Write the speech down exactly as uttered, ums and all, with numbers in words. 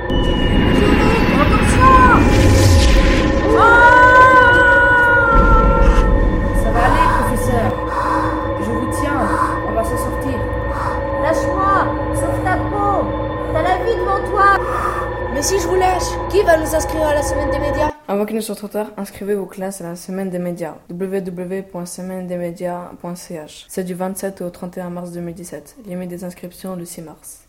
Ça va aller, professeur. Je vous tiens. On va s'en sortir. Lâche-moi, sauve ta peau. T'as la vie devant toi. Mais si je vous lâche, qui va nous inscrire à la semaine des médias? Avant qu'il ne soit trop tard, inscrivez vos classes à la semaine des médias. w w w point semaine des médias point c h. C'est du vingt-sept au trente et un mars deux mille dix-sept. Limite des inscriptions le six mars.